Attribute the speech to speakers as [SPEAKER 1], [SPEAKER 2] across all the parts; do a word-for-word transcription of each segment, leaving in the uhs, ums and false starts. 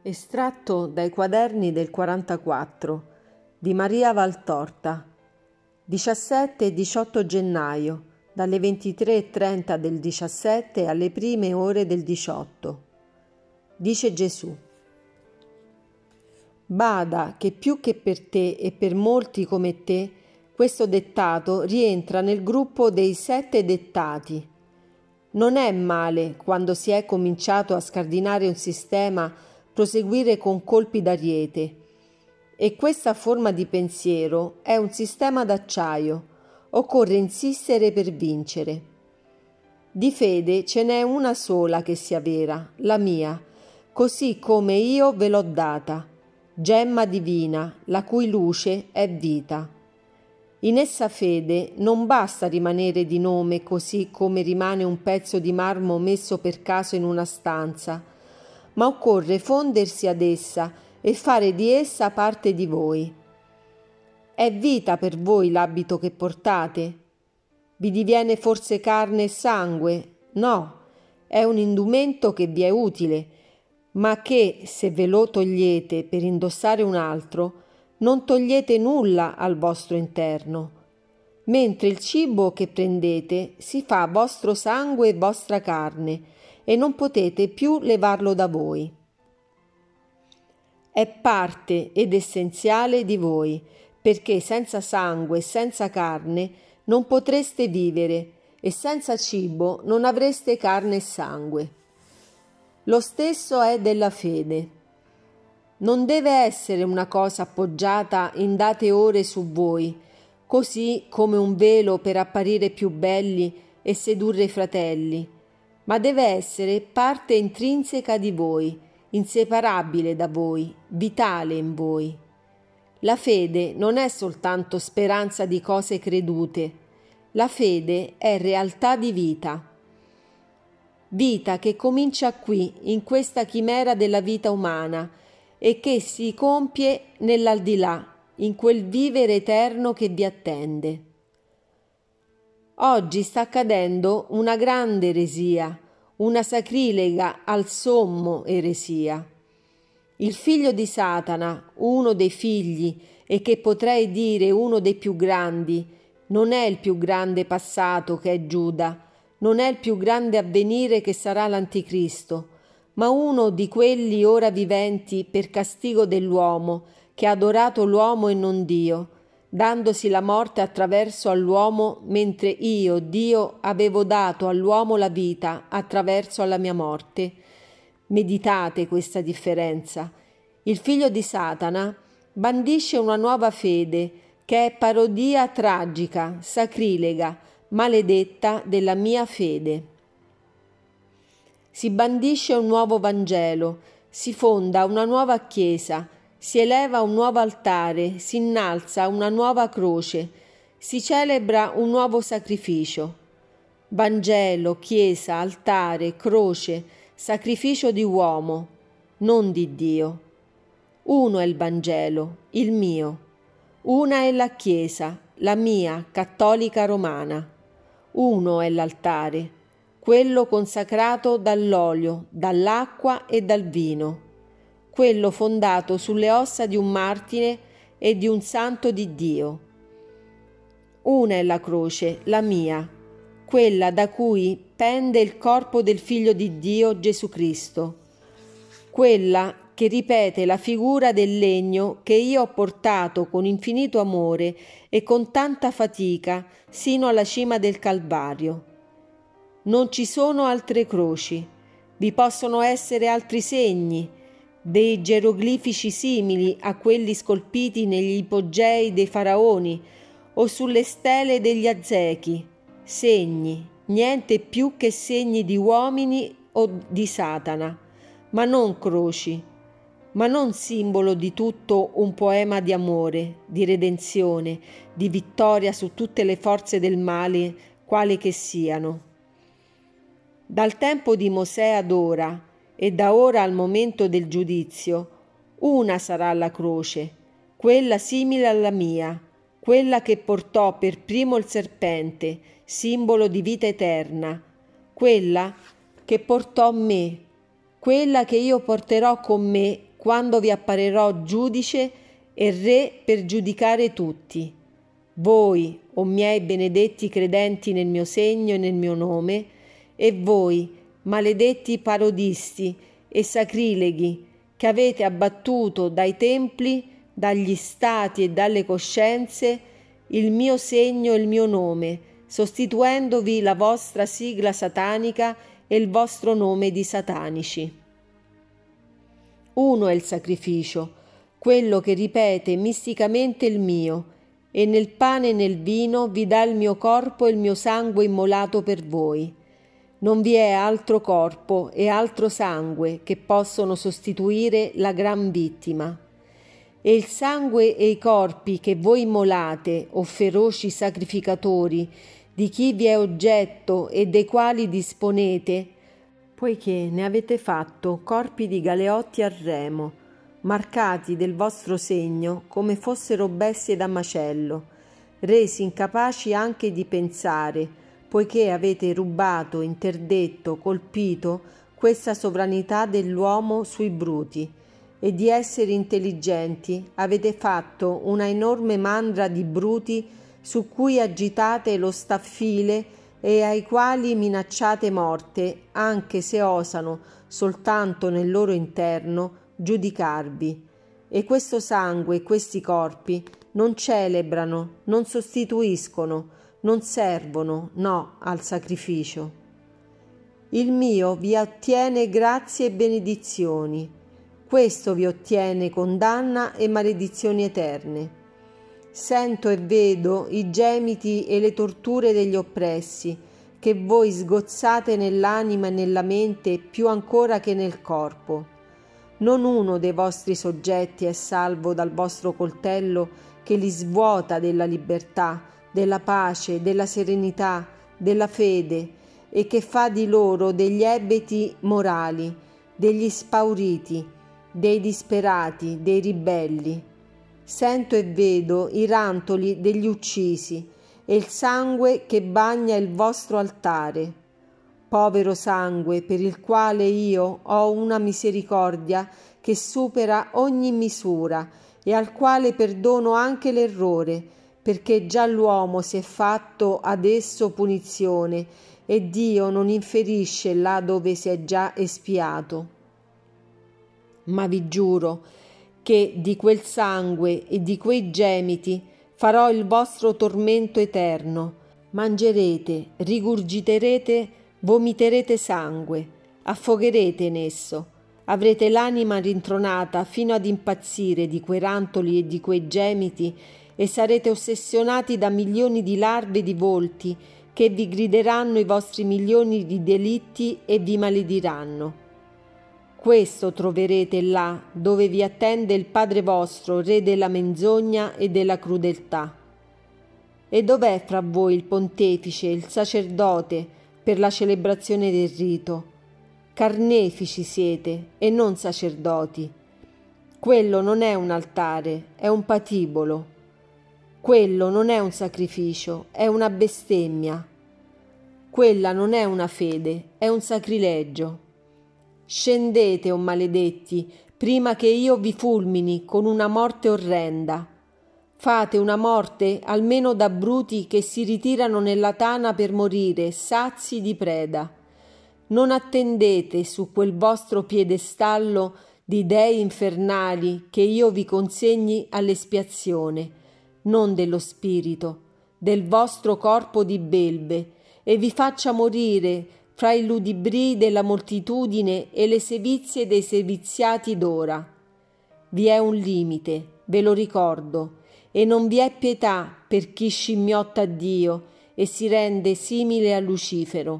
[SPEAKER 1] Estratto dai quaderni del quarantaquattro di Maria Valtorta, diciassette e diciotto gennaio, dalle ventitré e trenta del diciassette alle prime ore del diciotto. Dice Gesù: bada che più che per te e per molti come te, questo dettato rientra nel gruppo dei sette dettati. Non è male, quando si è cominciato a scardinare un sistema, proseguire con colpi d'ariete. E questa forma di pensiero è un sistema d'acciaio. Occorre insistere per vincere. Di fede ce n'è una sola che sia vera, la mia, così come io ve l'ho data, gemma divina, la cui luce è vita. In essa fede non basta rimanere di nome così come rimane un pezzo di marmo messo per caso in una stanza, ma occorre fondersi ad essa e fare di essa parte di voi. È vita per voi l'abito che portate? Vi diviene forse carne e sangue? No, è un indumento che vi è utile, ma che, se ve lo togliete per indossare un altro, non togliete nulla al vostro interno, mentre il cibo che prendete si fa vostro sangue e vostra carne, e non potete più levarlo da voi. È parte ed essenziale di voi, perché senza sangue e senza carne non potreste vivere, e senza cibo non avreste carne e sangue. Lo stesso è della fede. Non deve essere una cosa appoggiata in date ore su voi, così come un velo per apparire più belli e sedurre i fratelli, ma deve essere parte intrinseca di voi, inseparabile da voi, vitale in voi. La fede non è soltanto speranza di cose credute, la fede è realtà di vita. Vita che comincia qui, in questa chimera della vita umana, e che si compie nell'aldilà, in quel vivere eterno che vi attende. Oggi sta accadendo una grande eresia, una sacrilega al sommo eresia. Il figlio di Satana, uno dei figli, e che potrei dire uno dei più grandi, non è il più grande passato che è Giuda, non è il più grande avvenire che sarà l'Anticristo, ma uno di quelli ora viventi per castigo dell'uomo, che ha adorato l'uomo e non Dio, dandosi la morte attraverso all'uomo, mentre io, Dio, avevo dato all'uomo la vita attraverso alla mia morte. Meditate questa differenza. Il figlio di Satana bandisce una nuova fede, che è parodia tragica, sacrilega, maledetta della mia fede. Si bandisce un nuovo Vangelo, si fonda una nuova Chiesa, si eleva un nuovo altare, si innalza una nuova croce, si celebra un nuovo sacrificio. Vangelo, Chiesa, altare, croce, sacrificio di uomo, non di Dio. Uno è il Vangelo, il mio. Una è la Chiesa, la mia, cattolica romana. Uno è l'altare, quello consacrato dall'olio, dall'acqua e dal vino, quello fondato sulle ossa di un martire e di un santo di Dio. Una è la croce, la mia, quella da cui pende il corpo del Figlio di Dio Gesù Cristo, quella che ripete la figura del legno che io ho portato con infinito amore e con tanta fatica sino alla cima del Calvario. Non ci sono altre croci, vi possono essere altri segni, dei geroglifici simili a quelli scolpiti negli ipogei dei faraoni o sulle stele degli Azechi, segni, niente più che segni di uomini o di Satana, ma non croci, ma non simbolo di tutto un poema di amore, di redenzione, di vittoria su tutte le forze del male, quali che siano. Dal tempo di Mosè ad ora, e da ora al momento del giudizio, una sarà la croce, quella simile alla mia, quella che portò per primo il serpente, simbolo di vita eterna, quella che portò me, quella che io porterò con me quando vi apparirò giudice e re per giudicare tutti. Voi, o miei benedetti credenti nel mio segno e nel mio nome, e voi, maledetti parodisti e sacrileghi, che avete abbattuto dai templi, dagli stati e dalle coscienze il mio segno e il mio nome, sostituendovi la vostra sigla satanica e il vostro nome di satanici. Uno è il sacrificio, quello che ripete misticamente il mio, e nel pane e nel vino vi dà il mio corpo e il mio sangue immolato per voi. Non vi è altro corpo e altro sangue che possono sostituire la gran vittima. E il sangue e i corpi che voi immolate, o feroci sacrificatori, di chi vi è oggetto e dei quali disponete, poiché ne avete fatto corpi di galeotti a remo, marcati del vostro segno come fossero bestie da macello, resi incapaci anche di pensare, poiché avete rubato, interdetto, colpito questa sovranità dell'uomo sui bruti, e di esseri intelligenti avete fatto una enorme mandra di bruti su cui agitate lo staffile e ai quali minacciate morte, anche se osano soltanto nel loro interno giudicarvi. E questo sangue e questi corpi non celebrano, non sostituiscono, non servono, no, al sacrificio. Il mio vi ottiene grazie e benedizioni, questo vi ottiene condanna e maledizioni eterne. Sento e vedo i gemiti e le torture degli oppressi, che voi sgozzate nell'anima e nella mente più ancora che nel corpo. Non uno dei vostri soggetti è salvo dal vostro coltello che li svuota della libertà, della pace, della serenità, della fede, e che fa di loro degli ebeti morali, degli spauriti, dei disperati, dei ribelli. Sento e vedo i rantoli degli uccisi e il sangue che bagna il vostro altare. Povero sangue per il quale io ho una misericordia che supera ogni misura e al quale perdono anche l'errore, perché già l'uomo si è fatto ad esso punizione e Dio non inferisce là dove si è già espiato. Ma vi giuro che di quel sangue e di quei gemiti farò il vostro tormento eterno. Mangerete, rigurgiterete, vomiterete sangue, affogherete in esso, avrete l'anima rintronata fino ad impazzire di quei rantoli e di quei gemiti e sarete ossessionati da milioni di larve di volti che vi grideranno i vostri milioni di delitti e vi malediranno. Questo troverete là dove vi attende il Padre vostro, re della menzogna e della crudeltà. E dov'è fra voi il pontefice, il sacerdote, per la celebrazione del rito? Carnefici siete e non sacerdoti. Quello non è un altare, è un patibolo. Quello non è un sacrificio, è una bestemmia. Quella non è una fede, è un sacrilegio. Scendete, o maledetti, prima che io vi fulmini con una morte orrenda. Fate una morte almeno da bruti che si ritirano nella tana per morire, sazi di preda. Non attendete su quel vostro piedestallo di dei infernali che io vi consegni all'espiazione, non dello spirito, del vostro corpo di belve, e vi faccia morire fra i ludibrii della moltitudine e le sevizie dei seviziati d'ora. Vi è un limite, ve lo ricordo, e non vi è pietà per chi scimmiotta Dio e si rende simile a Lucifero.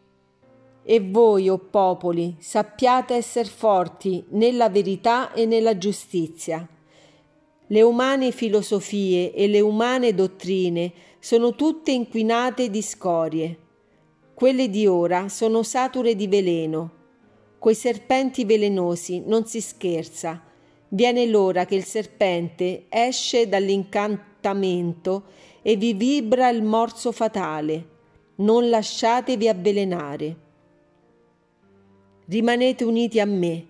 [SPEAKER 1] E voi, o popoli, sappiate esser forti nella verità e nella giustizia. Le umane filosofie e le umane dottrine sono tutte inquinate di scorie. Quelle di ora sono sature di veleno. Coi serpenti velenosi non si scherza. Viene l'ora che il serpente esce dall'incantamento e vi vibra il morso fatale. Non lasciatevi avvelenare. Rimanete uniti a me.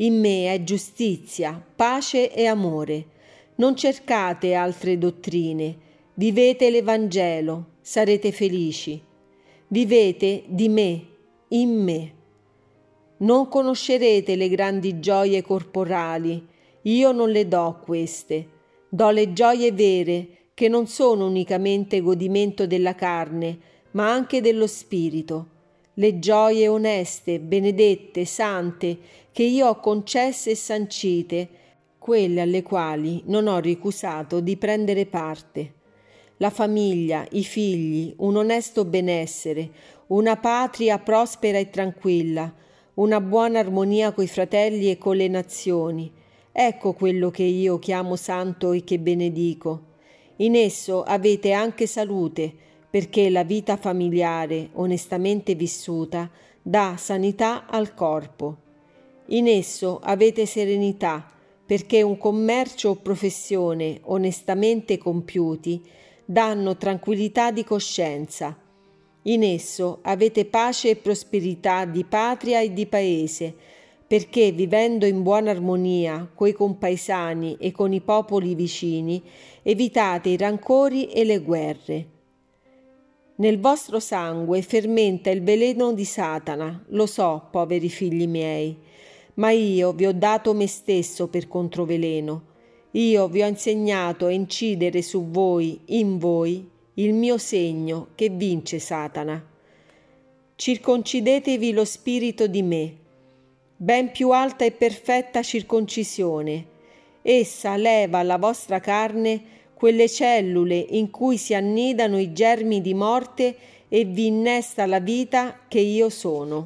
[SPEAKER 1] In me è giustizia, pace e amore. Non cercate altre dottrine, vivete l'Evangelo, sarete felici. Vivete di me, in me. Non conoscerete le grandi gioie corporali, io non le do queste. Do le gioie vere, che non sono unicamente godimento della carne, ma anche dello spirito. Le gioie oneste, benedette, sante, che io ho concesse e sancite, quelle alle quali non ho ricusato di prendere parte. La famiglia, i figli, un onesto benessere, una patria prospera e tranquilla, una buona armonia coi fratelli e con le nazioni. Ecco quello che io chiamo santo e che benedico. In esso avete anche salute, perché la vita familiare, onestamente vissuta, dà sanità al corpo. In esso avete serenità, perché un commercio o professione onestamente compiuti danno tranquillità di coscienza. In esso avete pace e prosperità di patria e di paese, perché vivendo in buona armonia coi compaesani e con i popoli vicini, evitate i rancori e le guerre. Nel vostro sangue fermenta il veleno di Satana, lo so, poveri figli miei, ma io vi ho dato me stesso per controveleno. Io vi ho insegnato a incidere su voi, in voi, il mio segno che vince Satana. Circoncidetevi lo spirito di me, ben più alta e perfetta circoncisione. Essa leva alla vostra carne quelle cellule in cui si annidano i germi di morte e vi innesta la vita che io sono.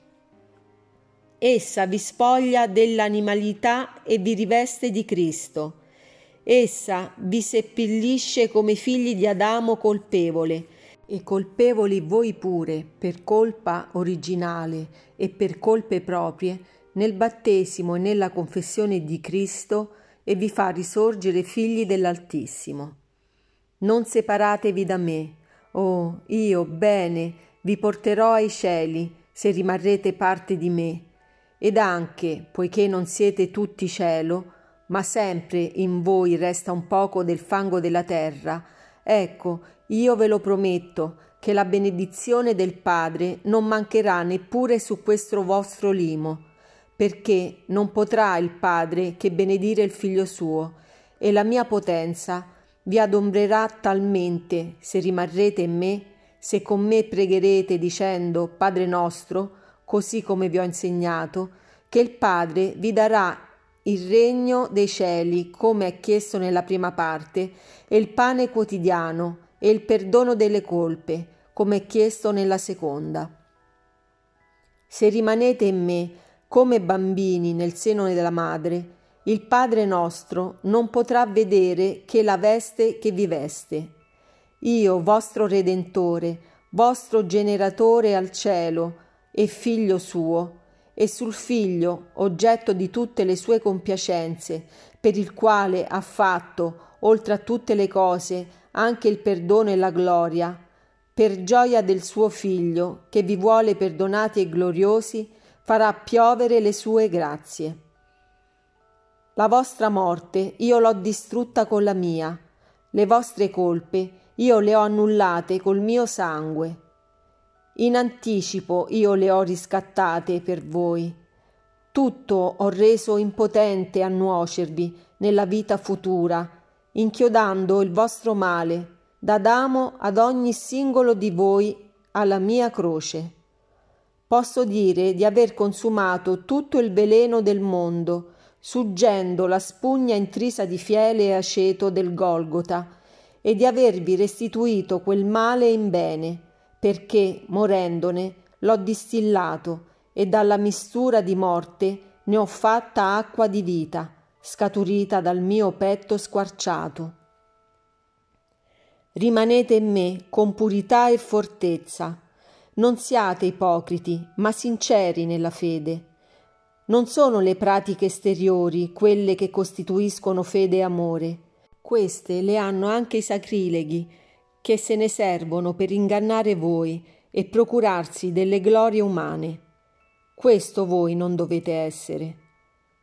[SPEAKER 1] Essa vi spoglia dell'animalità e vi riveste di Cristo. Essa vi seppellisce come figli di Adamo colpevole, e colpevoli voi pure, per colpa originale e per colpe proprie, nel battesimo e nella confessione di Cristo, e vi fa risorgere figli dell'Altissimo. Non separatevi da me, oh, io, bene, vi porterò ai cieli, se rimarrete parte di me, ed anche, poiché non siete tutti cielo, ma sempre in voi resta un poco del fango della terra, ecco, io ve lo prometto, che la benedizione del Padre non mancherà neppure su questo vostro limo, perché non potrà il Padre che benedire il Figlio suo, e la mia potenza vi adombrerà talmente, se rimarrete in me, se con me pregherete dicendo Padre nostro, così come vi ho insegnato, che il Padre vi darà il regno dei cieli, come è chiesto nella prima parte, e il pane quotidiano, e il perdono delle colpe, come è chiesto nella seconda. Se rimanete in me, come bambini nel seno della madre, il Padre nostro non potrà vedere che la veste che vi veste. Io, vostro Redentore, vostro Generatore al cielo e Figlio suo, e sul Figlio, oggetto di tutte le sue compiacenze, per il quale ha fatto, oltre a tutte le cose, anche il perdono e la gloria, per gioia del suo Figlio, che vi vuole perdonati e gloriosi, farà piovere le sue grazie. La vostra morte io l'ho distrutta con la mia, le vostre colpe io le ho annullate col mio sangue. In anticipo io le ho riscattate per voi. Tutto ho reso impotente a nuocervi nella vita futura, inchiodando il vostro male, da Adamo ad ogni singolo di voi, alla mia croce. Posso dire di aver consumato tutto il veleno del mondo, suggendo la spugna intrisa di fiele e aceto del Golgota, e di avervi restituito quel male in bene, perché, morendone, l'ho distillato, e dalla mistura di morte ne ho fatta acqua di vita, scaturita dal mio petto squarciato. Rimanete in me con purità e fortezza. Non siate ipocriti, ma sinceri nella fede. Non sono le pratiche esteriori quelle che costituiscono fede e amore. Queste le hanno anche i sacrileghi, che se ne servono per ingannare voi e procurarsi delle glorie umane. Questo voi non dovete essere.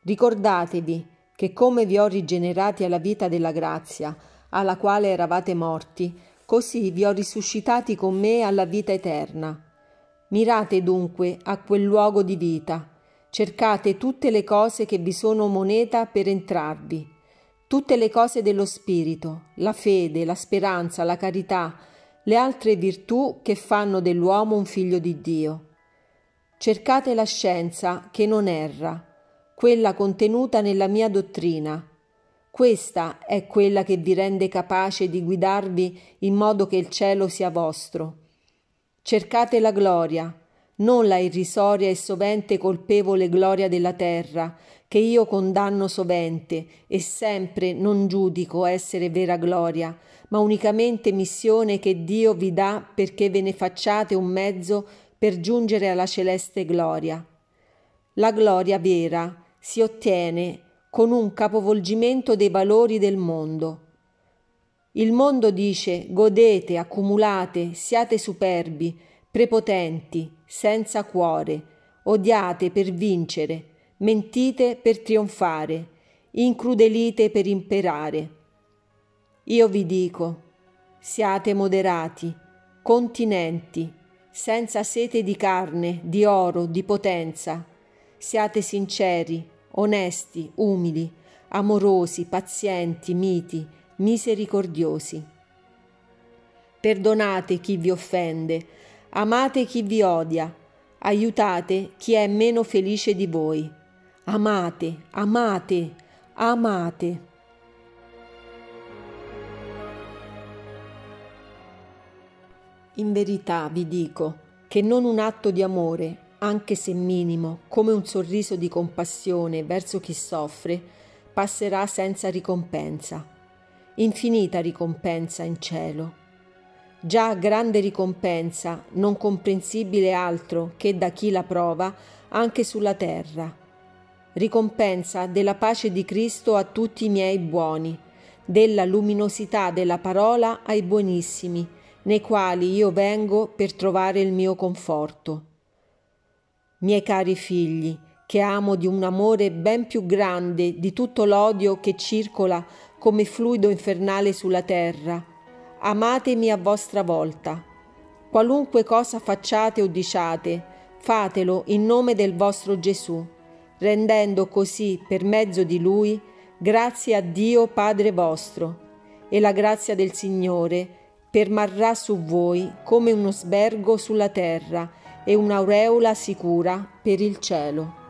[SPEAKER 1] Ricordatevi che come vi ho rigenerati alla vita della grazia, alla quale eravate morti, così vi ho risuscitati con me alla vita eterna. Mirate dunque a quel luogo di vita, cercate tutte le cose che vi sono moneta per entrarvi, tutte le cose dello spirito, la fede, la speranza, la carità, le altre virtù che fanno dell'uomo un figlio di Dio. Cercate la scienza che non erra, quella contenuta nella mia dottrina. Questa è quella che vi rende capace di guidarvi in modo che il cielo sia vostro. Cercate la gloria, non la irrisoria e sovente colpevole gloria della terra, che io condanno sovente e sempre non giudico essere vera gloria, ma unicamente missione che Dio vi dà perché ve ne facciate un mezzo per giungere alla celeste gloria. La gloria vera si ottiene con un capovolgimento dei valori del mondo. Il mondo dice: godete, accumulate, siate superbi, prepotenti, senza cuore, odiate per vincere, mentite per trionfare, incrudelite per imperare. Io vi dico: siate moderati, continenti, senza sete di carne, di oro, di potenza. Siate sinceri, onesti, umili, amorosi, pazienti, miti, misericordiosi. Perdonate chi vi offende, amate chi vi odia, aiutate chi è meno felice di voi. Amate, amate, amate. In verità vi dico che non un atto di amore, anche se minimo, come un sorriso di compassione verso chi soffre, passerà senza ricompensa. Infinita ricompensa in cielo. Già grande ricompensa, non comprensibile altro che da chi la prova anche sulla terra. Ricompensa della pace di Cristo a tutti i miei buoni, della luminosità della parola ai buonissimi, nei quali io vengo per trovare il mio conforto. Miei cari figli, che amo di un amore ben più grande di tutto l'odio che circola come fluido infernale sulla terra, amatemi a vostra volta. Qualunque cosa facciate o diciate, fatelo in nome del vostro Gesù, rendendo così per mezzo di Lui grazie a Dio Padre vostro, e la grazia del Signore permarrà su voi come uno sbergo sulla terra e un'aureola sicura per il cielo.